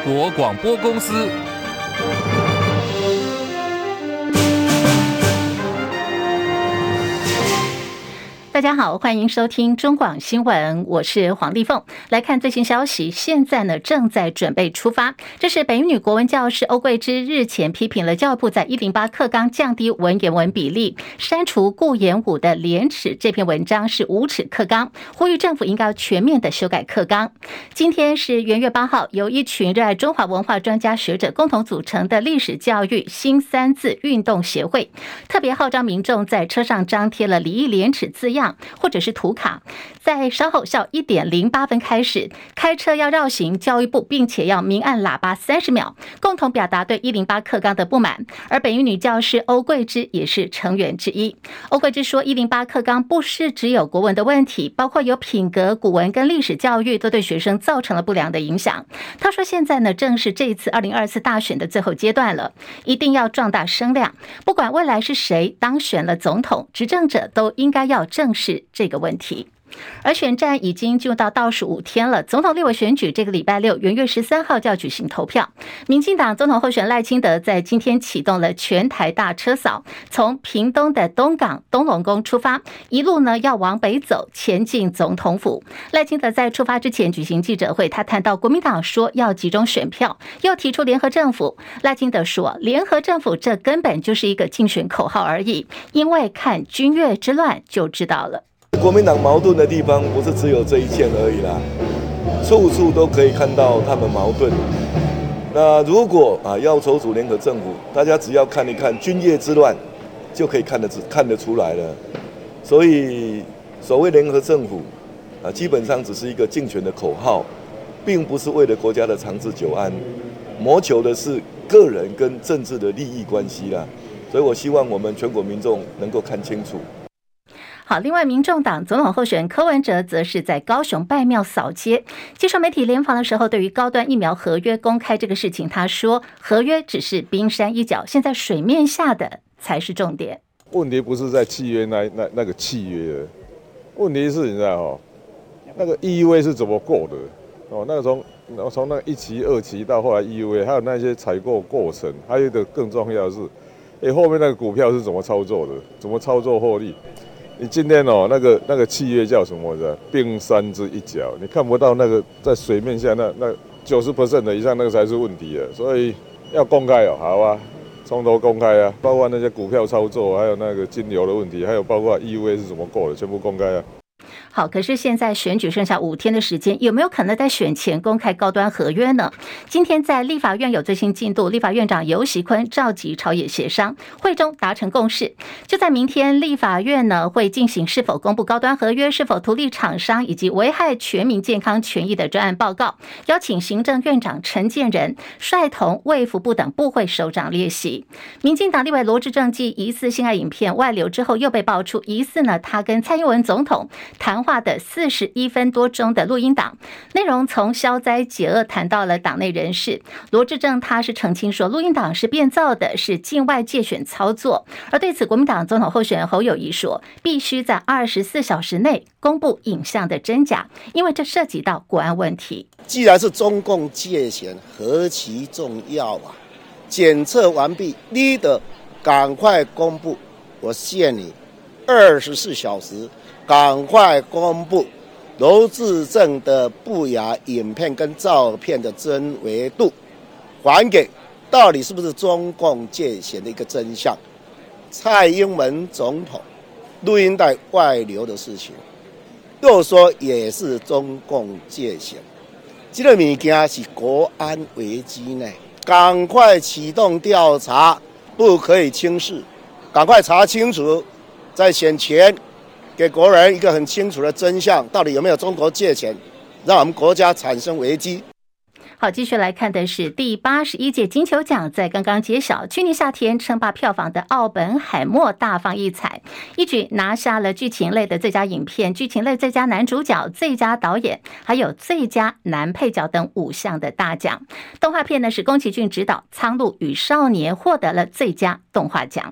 国广播公司。 大家好，欢迎收听中广新闻，我是黄丽凤。来看最新消息，现在呢正在准备出发。这是北一女国文教师欧桂芝日前批评了教育部在108课纲降低文言文比例、删除顾炎武的廉耻这篇文章是无耻课纲，呼吁政府应该要全面的修改课纲。今天是元月8号，由一群热爱中华文化专家学者共同组成的历史教育新三字运动协会，特别号召民众在车上张贴了礼义廉耻字样或者是图卡，在稍后下午1点08分开始，开车要绕行教育部，并且要鸣按喇叭30秒，共同表达对108课纲的不满。而北一女教师欧桂芝也是成员之一。欧桂芝说，108课纲不是只有国文的问题，包括有品格、古文跟历史教育都对学生造成了不良的影响。他说，现在呢正是这一次2024大选的最后阶段了，一定要壮大声量，不管未来是谁当选了总统，执政者都应该要正视这个问题。而选战已经进入到倒数5天了，总统立委选举这个礼拜6元月13号就要举行投票。民进党总统候选人赖清德在今天启动了全台大车扫，从屏东的东港东龙宫出发，一路呢要往北走，前进总统府。赖清德在出发之前举行记者会，他谈到国民党说要集中选票，又提出联合政府。赖清德说，联合政府这根本就是一个竞选口号而已，因为看军乐之乱就知道了。 国民党矛盾的地方不是只有这一件而已啦，处处都可以看到他们矛盾。那如果要筹组联合政府，大家只要看一看军乐之乱，就可以看得出来了。所以所谓联合政府基本上只是一个竞选的口号，并不是为了国家的长治久安，谋求的是个人跟政治的利益关系啦。所以我希望我们全国民众能够看清楚。 好，另外民众党总统候选人柯文哲则是在高雄拜庙扫街，接受媒体联访的时候，对于高端疫苗合约公开这个事情，他说合约只是冰山一角，现在水面下的才是重点。 问题不是在契约那个契约，问题是你知道那个 EUA 是怎么过的那个从那个1期2期到后来 EUA， 还有那些采购过程，还有一个更重要的是，后面那个股票是怎么操作的，怎么操作获利。你今天那个契约叫什么的？冰山之一角，你看不到那个在水面下那 90% 的以上那个才是问题的，所以要公开好啊，从头公开啊，包括那些股票操作，还有那个金流的问题，还有包括 EUA 是怎么过的，全部公开啊。 好，可是现在选举剩下5天的时间，有没有可能在选前公开高端合约呢？今天在立法院有最新进度，立法院长游锡堃召集朝野协商，会中达成共识，就在明天立法院呢会进行是否公布高端合约、是否图利厂商以及危害全民健康权益的专案报告，邀请行政院长陈建仁率同卫福部等部会首长列席。民进党立委罗致政继疑似性爱影片外流之后，又被爆出疑似呢他跟蔡英文总统谈话的41分多钟的录音档，内容从消灾解厄谈到了党内人士。罗致政他是澄清说，录音档是变造的，是境外介选操作。而对此，国民党总统候选人侯友宜说，必须在24小时内公布影像的真假，因为这涉及到国安问题。 既然是中共介选，何其重要啊！检测完毕，你得赶快公布，我限你24小时。赶快公布罗致政的不雅影片跟照片的真伪度，还给到底是不是中共介选的一个真相。蔡英文总统录音带外流的事情，又说也是中共介选，这个物件是国安危机呢，赶快启动调查，不可以轻视，赶快查清楚，在选前给国人一个很清楚的真相，到底有没有中国借钱，让我们国家产生危机。 好，继续来看的是第81届金球奖在刚刚揭晓，去年夏天称霸票房的奥本海默大放异彩，一举拿下了剧情类的最佳影片、剧情类最佳男主角、最佳导演，还有最佳男配角等5项的大奖。动画片呢是宫崎骏执导《苍鹭与少年》获得了最佳动画奖。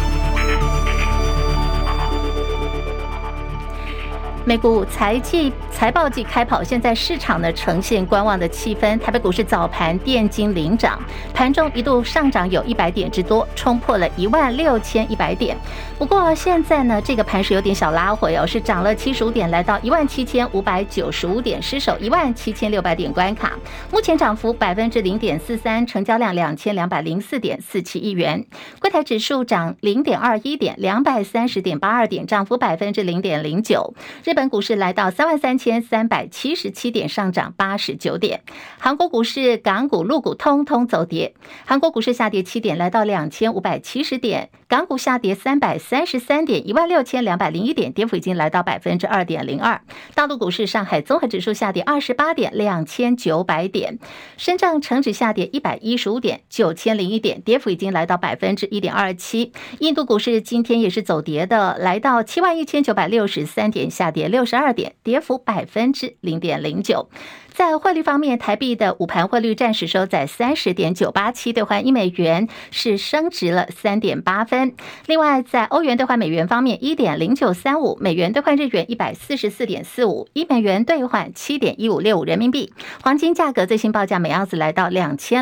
美股财财报季开跑，现在市场呢呈现观望的气氛。台北股市早盘电金领涨，盘中一度上涨有100点之多，冲破了16100点。不过现在呢，这个盘是有点小拉回哦，是涨了75点，来到17595点，失守17600点关卡。目前涨幅0.43%，成交量2204.47亿元。柜台指数涨0.21点，230.82点，涨幅0.09%。日本股市来到33377点，上涨89点。韩国股市、港股、陆股通通走跌。韩国股市下跌7点，来到2570点；港股下跌333点，16201点，跌幅已经来到2.02%。大陆股市，上海综合指数下跌28点，2900点；深圳成指下跌115点，9001点，跌幅已经来到1.27%。印度股市今天也是走跌的，来到71963点，下跌62点，跌幅0.09%。在汇率方面，台币的午盘汇率暂时收在30.987，兑换1美元是升值了3.8分。另外，在欧元兑换美元方面，1.0935，美元兑换日元144.45，一美元兑换7.1565人民币。黄金价格最新报价每盎司来到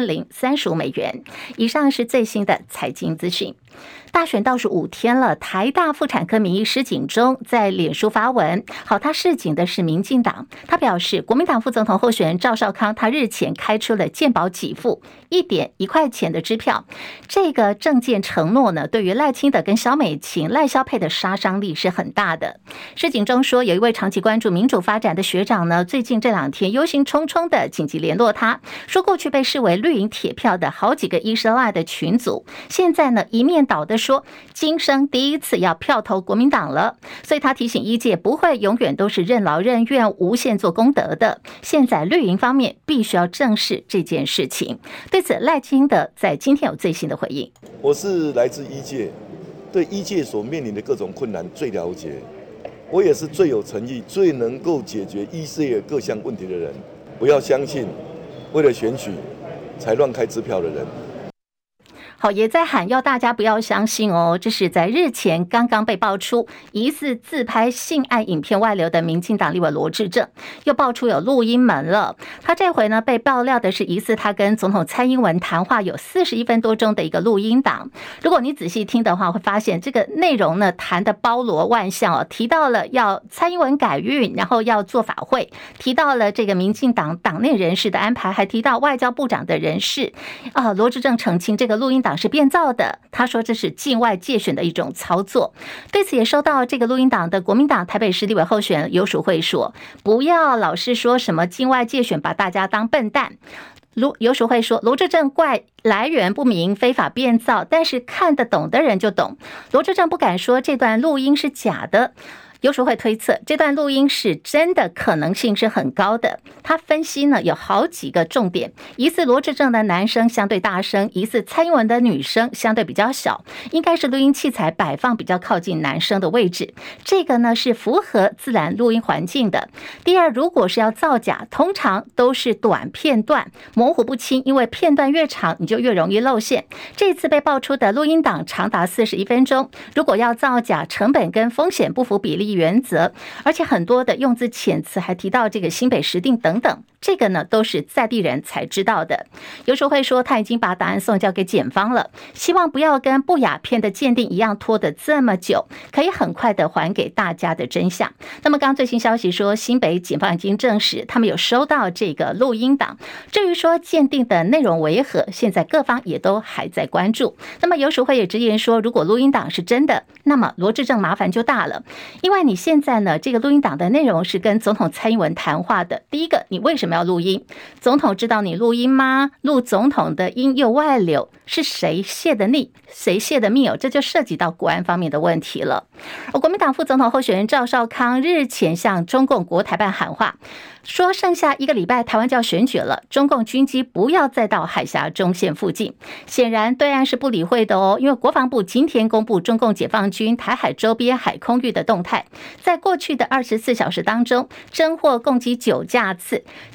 2035美元。以上是最新的财经资讯。大选倒数5天了，台大妇产科名医施景中在脸书发文，他示警的是民进党。他表示，国民党副总统候选人赵少康，他日前开出了健保给付1点1块钱的支票，这个政见承诺呢，对于赖清德跟萧美琴、赖萧配的杀伤力是很大的。施景中说，有一位长期关注民主发展的学长呢，最近这2天忧心忡忡的紧急联络他，说过去被视为绿营铁票的好几个医师赖的群组，现在呢一面倒的说今生第一次要票投国民党了，所以他提醒医界不会永远都是任劳任怨无限做功德的，现在绿营方面必须要正视这件事情。对此，赖清德在今天有最新的回应。 我是来自医界，对医界所面临的各种困难最了解，我也是最有诚意、最能够解决医界各项问题的人。不要相信为了选举才乱开支票的人。 好，也在喊要大家不要相信哦。这是在日前刚刚被爆出疑似自拍性爱影片外流的民进党立委罗致政，又爆出有录音门了。他这回呢被爆料的是疑似他跟总统蔡英文谈话有41分多钟的一个录音档。如果你仔细听的话，会发现这个内容呢谈的包罗万象哦，提到了要蔡英文改运，然后要做法会，提到了这个民进党党内人士的安排，还提到外交部长的人事。罗致政澄清这个录音档是变造的，他说这是境外介选的一种操作。对此也收到这个录音档的国民党台北市立委候选人游淑慧说，不要老是说什么境外介选，把大家当笨蛋。游淑慧说，罗致政怪来源不明、非法变造，但是看得懂的人就懂。罗致政不敢说这段录音是假的，游淑慧推测这段录音是真的，可能性是很高的。他分析呢有好几个重点，疑似罗致政的男生相对大声，疑似蔡英文的女生相对比较小，应该是录音器材摆放比较靠近男生的位置，这个呢是符合自然录音环境的。第二，如果是要造假，通常都是短片段，模糊不清，因为片段越长你就越容易露馅。这次被爆出的录音档长达41分钟，如果要造假，成本跟风险不符比例原则，而且很多的用字遣词还提到这个新北石碇等等，这个呢都是在地人才知道的。游淑慧说，他已经把答案送交给检方了，希望不要跟不雅片的鉴定一样拖得这么久，可以很快的还给大家的真相。那么刚最新消息说，新北警方已经证实他们有收到这个录音档，至于说鉴定的内容为何，现在各方也都还在关注。那么游淑慧也直言说，如果录音档是真的，那么罗致政麻烦就大了，因为你现在呢这个录音档的内容是跟总统蔡英文谈话的。第一个，你为什么要录音？总统知道你录音吗？录总统的音又外流，是谁泄的密？谁泄的密？这就涉及到国安方面的问题了。国民党副总统候选人赵少康日前向中共国台办喊话，说剩下1个礼拜台湾就要选举了，中共军机不要再到海峡中线附近。显然对岸是不理会的哦，因为国防部今天公布中共解放军台海周边海空域的动态，在过去的24小时当中侦获共计9架次，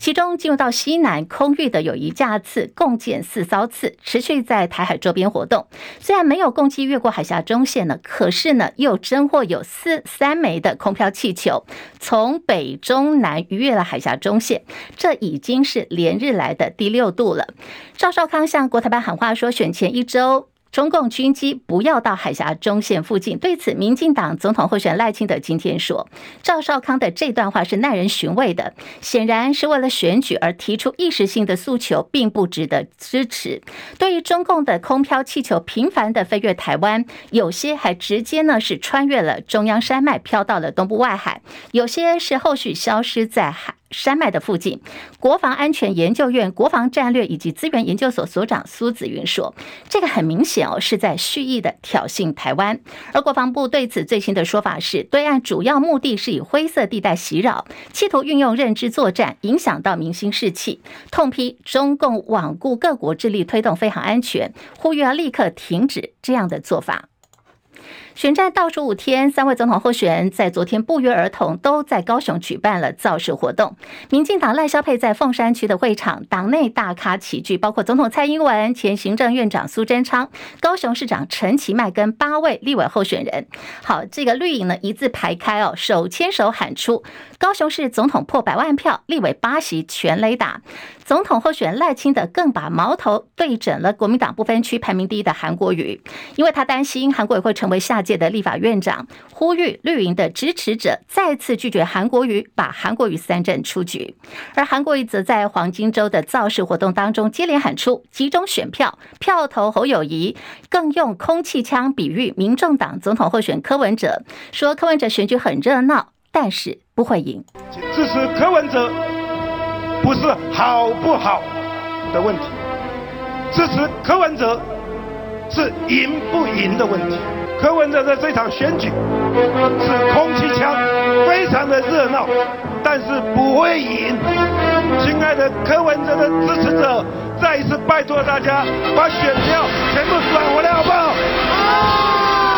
其中进入到西南空域的有1架次，共建4艘次，持续在台海周边活动。虽然没有共机越过海峡中线呢，可是呢又侦获有3枚的空飘气球从北中南逾越了海峡中线，这已经是连日来的第6度了。赵少康向国台办喊话说，选前1周中共军机不要到海峡中线附近。对此，民进党总统候选人赖清德今天说，赵少康的这段话是耐人寻味的，显然是为了选举而提出一时性的诉求，并不值得支持。对于中共的空飘气球频繁的飞越台湾，有些还直接呢是穿越了中央山脉飘到了东部外海，有些是后续消失在山脉的附近。国防安全研究院国防战略以及资源研究所所长苏子云说，这个很明显是在蓄意的挑衅台湾。而国防部对此最新的说法是，对岸主要目的是以灰色地带袭扰，企图运用认知作战影响到民心士气，痛批中共罔顾各国致力推动飞航安全，呼吁要立刻停止这样的做法。选战倒数5天，3位总统候选人在昨天不约而同都在高雄举办了造势活动。民进党赖萧配在凤山区的会场，党内大咖齐聚，包括总统蔡英文、前行政院长苏贞昌、高雄市长陈其迈跟8位立委候选人。好，这个绿营呢一字排开手牵手喊出高雄市总统破100万票，立委8席全垒打。总统候选人赖清德更把矛头对准了国民党不分区排名第1的韩国瑜，因为他担心韩国瑜会成为下届的立法院长，呼吁绿营的支持者再次拒绝韩国瑜，把韩国瑜3振出局。而韩国瑜则在黄金州的造势活动当中接连喊出集中选票，票投侯友宜，更用空气枪比喻民众党总统候选柯文哲，说柯文哲选举很热闹，但是不会赢。 支持柯文哲不是好不好的问题，支持柯文哲是赢不赢的问题。柯文哲的这场选举是空气枪，非常的热闹，但是不会赢。亲爱的柯文哲的支持者，再一次拜托大家把选票全部转回来，好不好？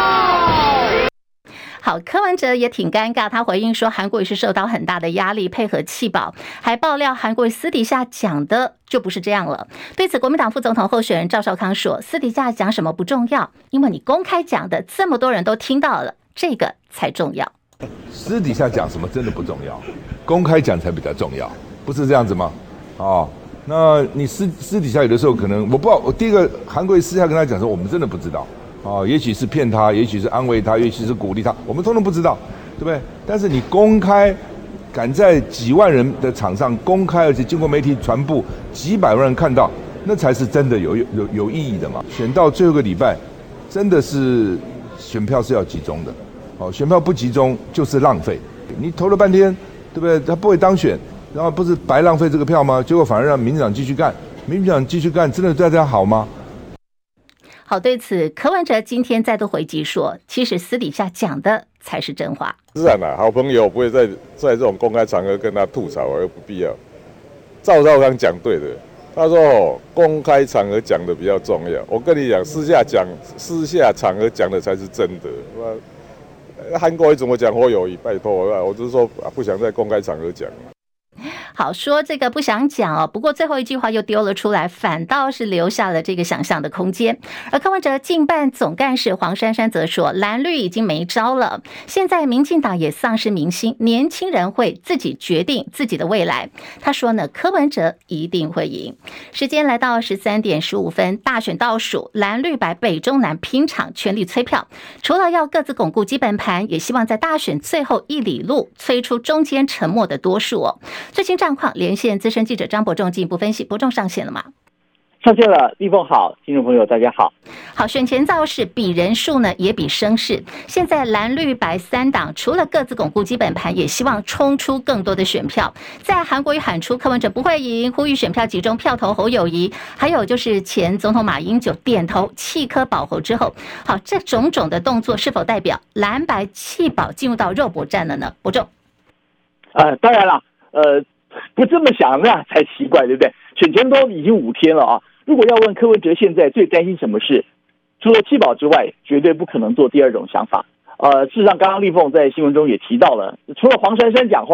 好，柯文哲也挺尴尬，他回应说韩国瑜是受到很大的压力配合弃保，还爆料韩国瑜私底下讲的就不是这样了。对此，国民党副总统候选人赵少康说，私底下讲什么不重要，因为你公开讲的这么多人都听到了，这个才重要。 私底下讲什么真的不重要，公开讲才比较重要，不是这样子吗？那你私底下有的时候可能我不知道，我第一个韩国瑜私下跟他讲说，我们真的不知道。也许是骗他，也许是安慰他，也许是鼓励他，我们通通不知道，对不对？但是你公开，敢在几万人的场上公开，而且经过媒体传播，几百万人看到，那才是真的有意义的嘛。选到最后一个礼拜，真的是选票是要集中的，选票不集中就是浪费。你投了半天，对不对？他不会当选，然后不是白浪费这个票吗？结果反而让民进党继续干，民进党继续干，真的对大家好吗？ 好，对此，柯文哲今天再度回击说，其实私底下讲的才是真话。 自然啦，好朋友不会在这种公开场合跟他吐槽，而不必要。赵少康讲对的，他说公开场合讲的比较重要。我跟你讲，私下场合讲的才是真的。韩国瑜怎么讲侯友宜？拜托，我只是说不想在公开场合讲。 好，说这个不想讲不过最后一句话又丢了出来，反倒是留下了这个想象的空间。而柯文哲竞办总干事黄珊珊则说，蓝绿已经没招了，现在民进党也丧失民心，年轻人会自己决定自己的未来。他说呢，柯文哲一定会赢。时间来到13点15分，大选倒数，蓝绿白北中南拼场，全力催票。除了要各自巩固基本盘，也希望在大选最后1里路催出中间沉默的多数最新状况连线资深记者张伯仲进一步分析。伯仲上线了吗？ 上线了，立凤好，听众朋友大家好。 好，选前造势比人数呢，也比声势。现在蓝绿白3党除了各自巩固基本盘，也希望冲出更多的选票。在韩国瑜喊出柯文哲不会赢，呼吁选票集中，票投侯友宜，还有就是前总统马英九点头弃柯保侯之后，好，这种种的动作是否代表蓝白弃保进入到肉搏战了呢？伯仲， 当然了，不这么想那才奇怪，对不对？选前都已经5天了啊！如果要问柯文哲现在最担心什么事，除了弃保之外，绝对不可能做第二种想法。事实上，刚刚立凤在新闻中也提到了，除了黄珊珊讲话，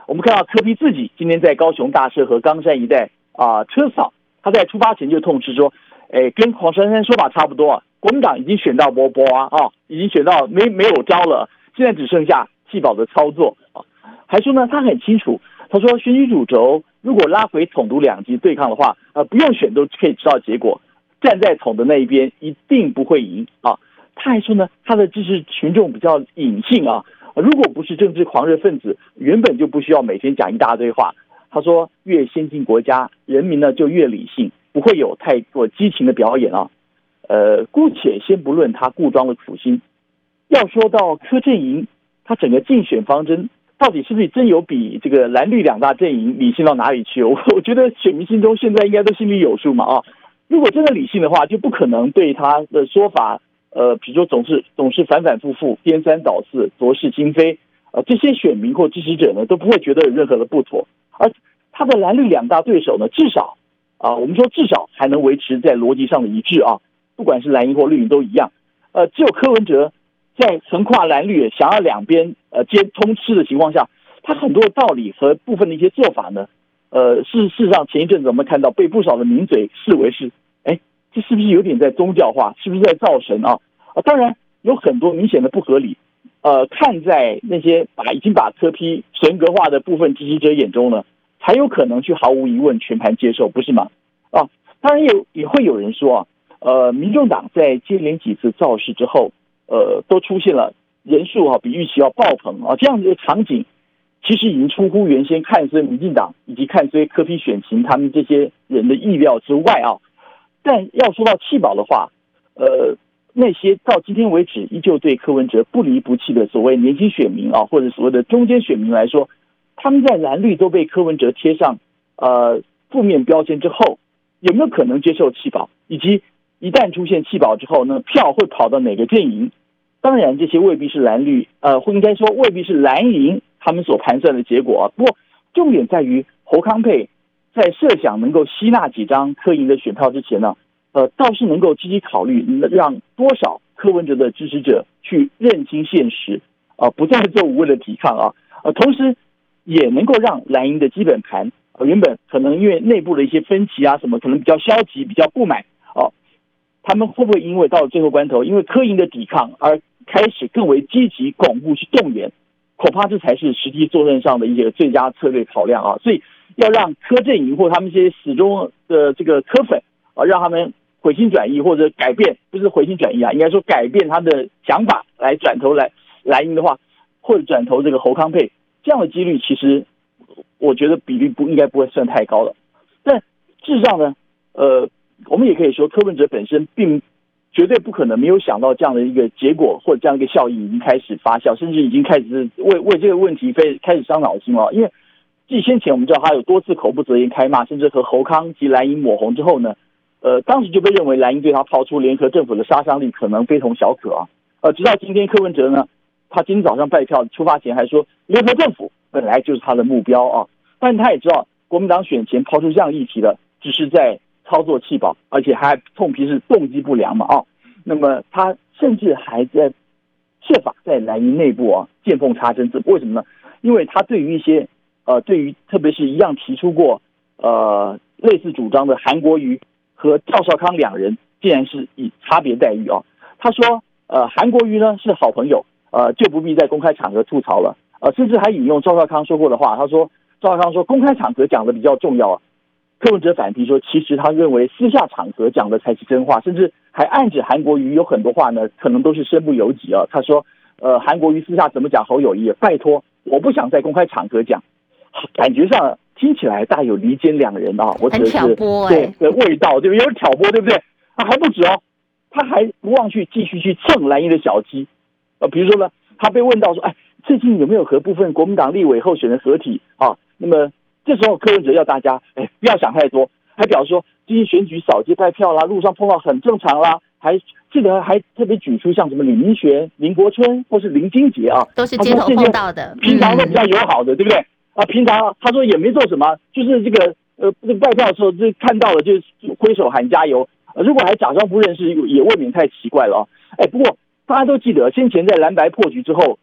我们看到柯 P 自己今天在高雄大社和冈山一带车扫，他在出发前就痛斥说，跟黄珊珊说法差不多啊，国民党已经选到波波已经选到没有招了，现在只剩下弃保的操作啊。还说呢，他很清楚，他说选举主轴如果拉回统独两极对抗的话，不用选都可以知道结果，站在统的那一边一定不会赢啊。他还说呢，他的支持群众比较隐性啊，如果不是政治狂热分子，原本就不需要每天讲一大堆话。他说，越先进国家，人民呢就越理性，不会有太过激情的表演啊。姑且先不论他故装的苦心，要说到柯阵营，他整个竞选方针到底是不是真有比这个蓝绿两大阵营理性到哪里去？我觉得选民心中现在应该都心里有数嘛啊。如果真的理性的话，就不可能对他的说法，比如说总是反反复复、颠三倒四、浊是今非，这些选民或支持者呢都不会觉得有任何的不妥。而他的蓝绿两大对手呢，至少我们说至少还能维持在逻辑上的一致啊，不管是蓝营或绿营都一样。只有柯文哲在横跨蓝绿，想要两边皆通吃的情况下，他很多的道理和部分的一些做法呢，事实上前一阵子我们看到被不少的名嘴视为是，这是不是有点在宗教化？是不是在造神啊？当然有很多明显的不合理。看在那些已经把柯 P 神格化的部分支持者眼中呢，才有可能去毫无疑问全盘接受，不是吗？当然也会有人说民众党在接连几次造势之后，都出现了人数比预期要爆棚这样的场景，其实已经出乎原先看衰民进党以及看衰柯 P 选情他们这些人的意料之外啊。但要说到弃保的话，那些到今天为止依旧对柯文哲不离不弃的所谓年轻选民或者所谓的中间选民来说，他们在蓝绿都被柯文哲贴上负面标签之后，有没有可能接受弃保？以及一旦出现弃保之后呢，票会跑到哪个阵营？当然，这些未必是蓝绿，或应该说未必是蓝营他们所盘算的结果不过，重点在于侯康沛在设想能够吸纳几张柯营的选票之前呢，倒是能够积极考虑让多少柯文哲的支持者去认清现实不再做无谓的抵抗同时也能够让蓝营的基本盘原本可能因为内部的一些分歧什么可能比较消极、比较不满他们会不会因为到了最后关头，因为柯营的抵抗而开始更为积极巩固去动员？恐怕这才是实际作战上的一些最佳策略考量所以要让柯阵营或他们这些死忠的这个柯粉让他们回心转意或者改变，不是回心转意应该说改变他的想法来转头来蓝营的话，或者转投这个侯康沛，这样的几率其实我觉得比例应该不会算太高了。但事实上呢，我们也可以说柯文哲本身并绝对不可能没有想到这样的一个结果或者这样一个效应已经开始发酵，甚至已经开始为这个问题开始伤脑筋了。因为继先前我们知道他有多次口不择言开骂，甚至和侯康及蓝营抹红之后呢，当时就被认为蓝营对他抛出联合政府的杀伤力可能非同小可直到今天柯文哲呢，他今天早上拜票出发前还说联合政府本来就是他的目标但他也知道国民党选前抛出这样议题的只是在操作弃保，而且还痛批是动机不良嘛那么他甚至还在设法在蓝营内部见缝插针，为什么呢？因为他对于一些对于特别是一样提出过类似主张的韩国瑜和赵少康两人，竟然是以差别待遇他说韩国瑜呢是好朋友就不必在公开场合吐槽了甚至还引用赵少康说过的话，他说赵少康说公开场合讲的比较重要柯文哲反批说，其实他认为私下场合讲的才是真话，甚至还暗指韩国瑜有很多话呢，可能都是身不由己他说，韩国瑜私下怎么讲侯友宜，拜托，我不想在公开场合讲，感觉上听起来大有离间两人我指的是很挑拨对的味道，对不对？有点挑拨，对不对？还不止他还不忘去继续去蹭蓝营的小鸡比如说呢，他被问到说，最近有没有和部分国民党立委候选人合体那么这时候柯文哲要大家不要想太多，还表示说最近选举扫街拜票啦，路上碰到很正常啦，还记得还特别举出像什么李明玄、林国春或是林金杰都是街头碰到的， 平常都比较友好的，对不对平常他说也没做什么，就是这个拜票的时候就看到了就挥手喊加油如果还假装不认识也未免太奇怪了不过大家都记得先前在蓝白破局之后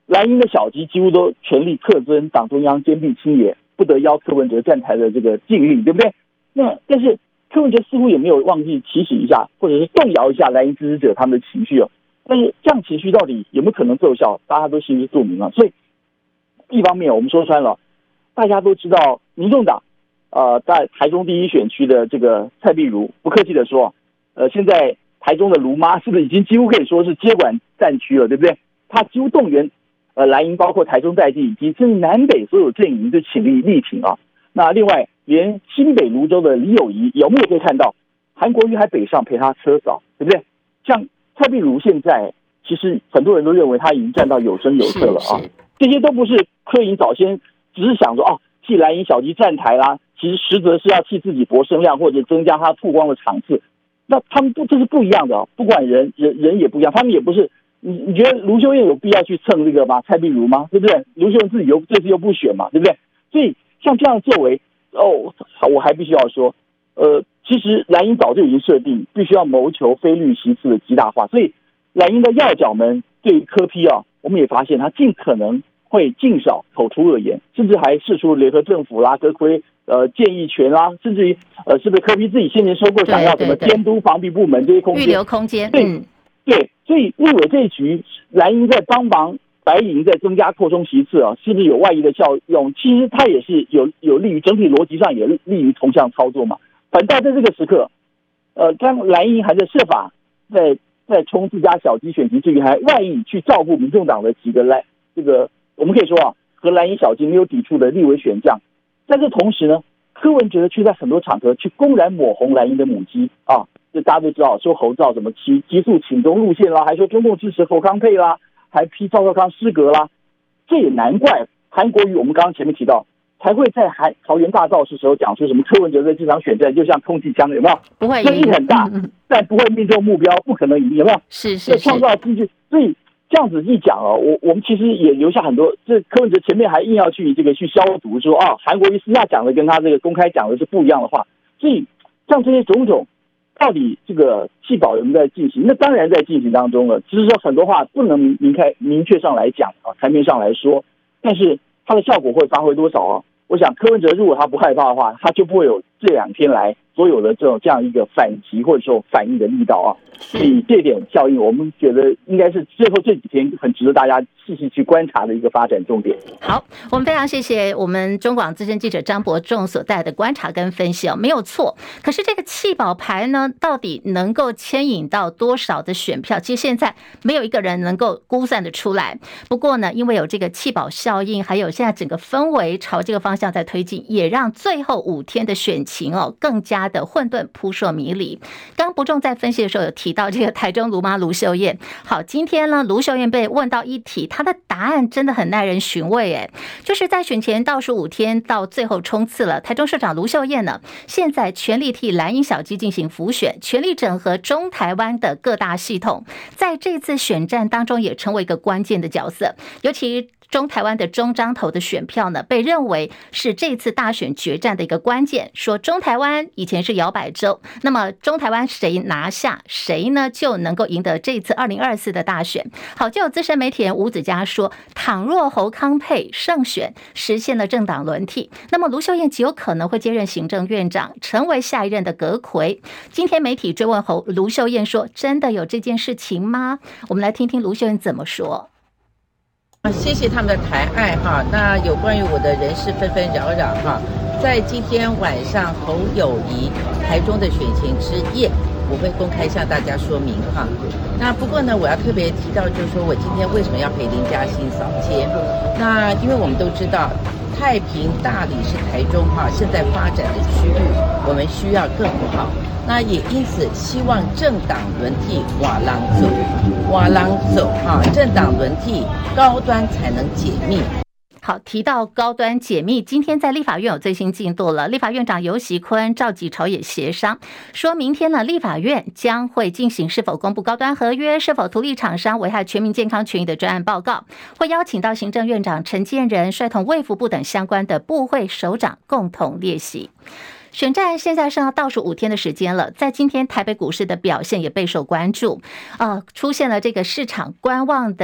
蓝营的小鸡几乎都全力特征党中央坚壁清野，不得邀柯文哲站台的这个禁令，对不对？那但是柯文哲似乎也没有忘记提醒一下，或者是动摇一下蓝营支持者他们的情绪哦。但是这样情绪到底有没有可能奏效，大家都心知肚明啊。所以一方面我们说穿了，大家都知道民众党在台中第一选区的这个蔡壁如，不客气的说，现在台中的卢妈是不是已经几乎可以说是接管战区了，对不对？他几乎动员蓝营包括台中在地以及甚至南北所有阵营就倾力挺啊。那另外连新北芦洲的李友仪，我们也可以看到韩国瑜还北上陪他车扫，对不对？像蔡壁如现在其实很多人都认为他已经站到有声有色了啊，这些都不是柯营早先只是想说替蓝营小鸡站台啦，其实实则是要替自己博声量或者增加他曝光的场次。那他们这是不一样的不管人也不一样，他们也不是你觉得卢秀燕有必要去蹭这个吗？蔡壁如吗？对不对？卢秀燕自己这次又不选嘛，对不对？所以像这样的作为我还必须要说其实蓝营早就已经设定必须要谋求非绿席次的极大化，所以蓝营的要角们对于柯 P 我们也发现他尽可能会尽少口出恶言，甚至还释出联合政府啦、阁揆建议权啦，甚至于是不是柯 P 自己先前说过想要什么监督防弊部门这些空间， 预留空间。 对，所以立委这一局蓝营在帮忙白营在增加扩充席次是不是有外溢的效用？其实它也是有利于整体逻辑上，也利于同向操作嘛。反倒在这个时刻，当蓝营还在设法在冲自家小鸡选情之余，还外溢去照顾民众党的几个这个我们可以说和蓝营小鸡没有抵触的立委选将。在这同时呢，柯文哲却在很多场合去公然抹红蓝营的母鸡这大家都知道，说侯兆什么急速请中路线啦，还说中共支持侯康配啦，还批赵少康失格啦。这也难怪韩国瑜我们刚刚前面提到才会在桃园大造势时候讲出什么柯文哲在这场选战就像空气枪，有没有？ 不会赢， 声音很大，但不会命中目标，不可能赢，有没有？ 是创造机制。所以这样子一讲我们其实也留下很多，这柯文哲前面还硬要去去消毒说韩国瑜私下讲的跟他这个公开讲的是不一样的话。所以像这些种种，到底这个弃保有没有在进行？那当然在进行当中了，只是说很多话不能明确上来讲台面上来说，但是它的效果会发挥多少我想柯文哲如果他不害怕的话，他就不会有这2天来所有的这样一个反击或者说反应的力道所以这点效应，我们觉得应该是最后这几天很值得大家细细去观察的一个发展重点。 好，我们非常谢谢我们中广资深记者张伯仲所带的观察跟分析没有错。可是这个弃保牌呢，到底能够牵引到多少的选票？其实现在没有一个人能够估算得出来。不过呢，因为有这个弃保效应，还有现在整个氛围朝这个方向在推进，也让最后5天的选情更加的混沌扑朔迷离。刚伯仲在分析的时候有提到这个台中卢妈卢秀燕。好，今天呢，卢秀燕被问到一题，她的答案真的很耐人寻味就是在选前倒数5天到最后冲刺了，台中市长卢秀燕呢，现在全力替蓝营小鸡进行辅选，全力整合中台湾的各大系统，在这次选战当中也成为一个关键的角色，尤其中台湾的中彰投的选票呢，被认为是这次大选决战的一个关键。说中台湾以前是摇摆州，那么中台湾谁拿下，谁呢就能够赢得这次2024的大选。好，就有资深媒体人吴子嘉说，倘若侯康配胜选，实现了政党轮替，那么卢秀燕极有可能会接任行政院长，成为下一任的阁揆。今天媒体追问卢秀燕说，真的有这件事情吗？我们来听听卢秀燕怎么说。 谢谢他们的抬爱那有关于我的人事纷纷扰扰在今天晚上侯友宜台中的选情之夜，我会公开向大家说明那不过呢，我要特别提到，就是说我今天为什么要陪林嘉欣扫街？那因为我们都知道，太平大理是台中现在发展的区域，我们需要更好。那也因此希望政党轮替瓦郎走政党轮替高端才能解密。 好，提到高端解密，今天在立法院有最新进度了。立法院长游锡堃、赵己朝也协商，说明天呢，立法院将会进行是否公布高端合约、是否图利厂商危害全民健康权益的专案报告，会邀请到行政院长陈建仁率同卫福部等相关的部会首长共同列席。选战现在剩下倒数5天的时间了，在今天台北股市的表现也备受关注出现了这个市场观望的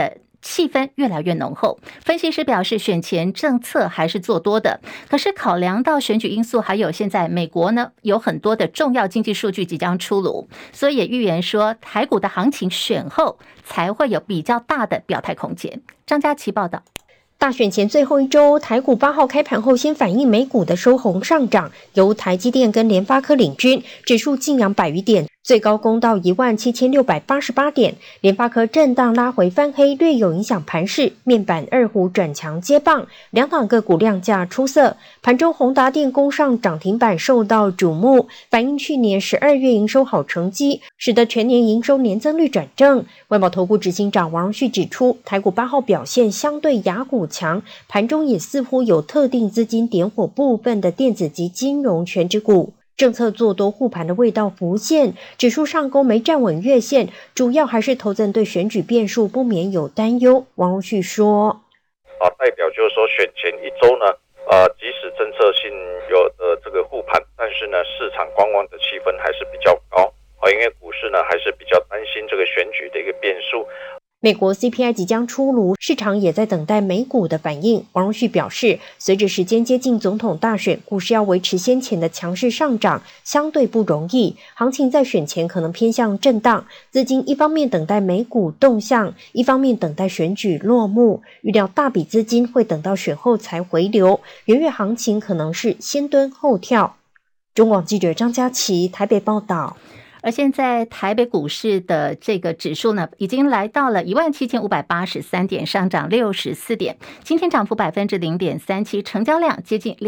气氛越来越浓厚。分析师表示，选前政策还是做多的，可是考量到选举因素，还有现在美国呢有很多的重要经济数据即将出炉，所以也预言说台股的行情选后才会有比较大的表态空间。张佳琪报道。 大选前最后一周，台股8号开盘后先反映美股的收红上涨，由台积电跟联发科领军，指数劲扬100余点，最高攻到17688点。联发科震荡拉回翻黑，略有影响盘势，面板二虎转强接棒，两档个股量价出色。盘中宏达电攻上涨停板，受到瞩目，反映去年12月营收好成绩，使得全年营收年增率转正。外贸投顾执行长王荣旭指出，台股8号表现相对亚股强，盘中也似乎有特定资金点火部分的电子及金融权值股，政策做多护盘的味道浮现，指数上攻没站稳月线，主要还是投资人对选举变数不免有担忧。王荣旭说： 代表就是说选前一周呢，即使政策性有这个护盘，但是呢市场观望的气氛还是比较高，因为股市呢还是比较担心这个选举的一个变数。 美国 CPI 即将出炉，市场也在等待美股的反应。王荣旭表示，随着时间接近总统大选，股市要维持先前的强势上涨相对不容易，行情在选前可能偏向震荡，资金一方面等待美股动向，一方面等待选举落幕，预料大笔资金会等到选后才回流，元月行情可能是先蹲后跳。中广记者张佳琪台北报道。 而现在台北股市的这个指数呢，已经来到了17583点，上涨64点，今天涨幅0.37%，成交量接近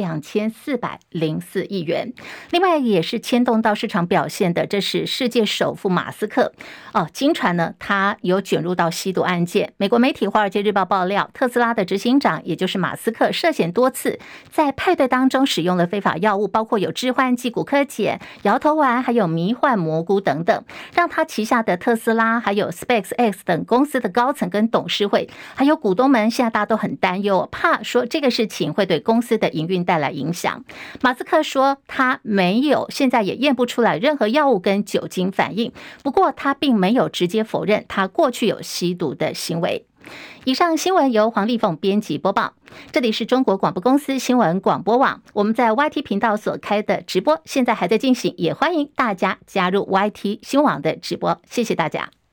2404亿元。另外也是牵动到市场表现的，这是世界首富马斯克经传呢，他有卷入到吸毒案件。美国媒体《华尔街日报》爆料，特斯拉的执行长也就是马斯克涉嫌多次在派对当中使用了非法药物，包括有致幻剂、古柯碱、摇头丸，还有迷幻蘑菇等等，让他旗下的特斯拉还有 SpaceX 等公司的高层跟董事会还有股东们，现在大家都很担忧，怕说这个事情会对公司的营运带来影响。马斯克说他没有，现在也验不出来任何药物跟酒精反应，不过他并没有直接否认他过去有吸毒的行为。以上新闻由黄丽凤编辑播报，这里是中国广播公司新闻广播网，我们在 YT 频道所开的直播现在还在进行，也欢迎大家加入 YT 新网的直播，谢谢大家。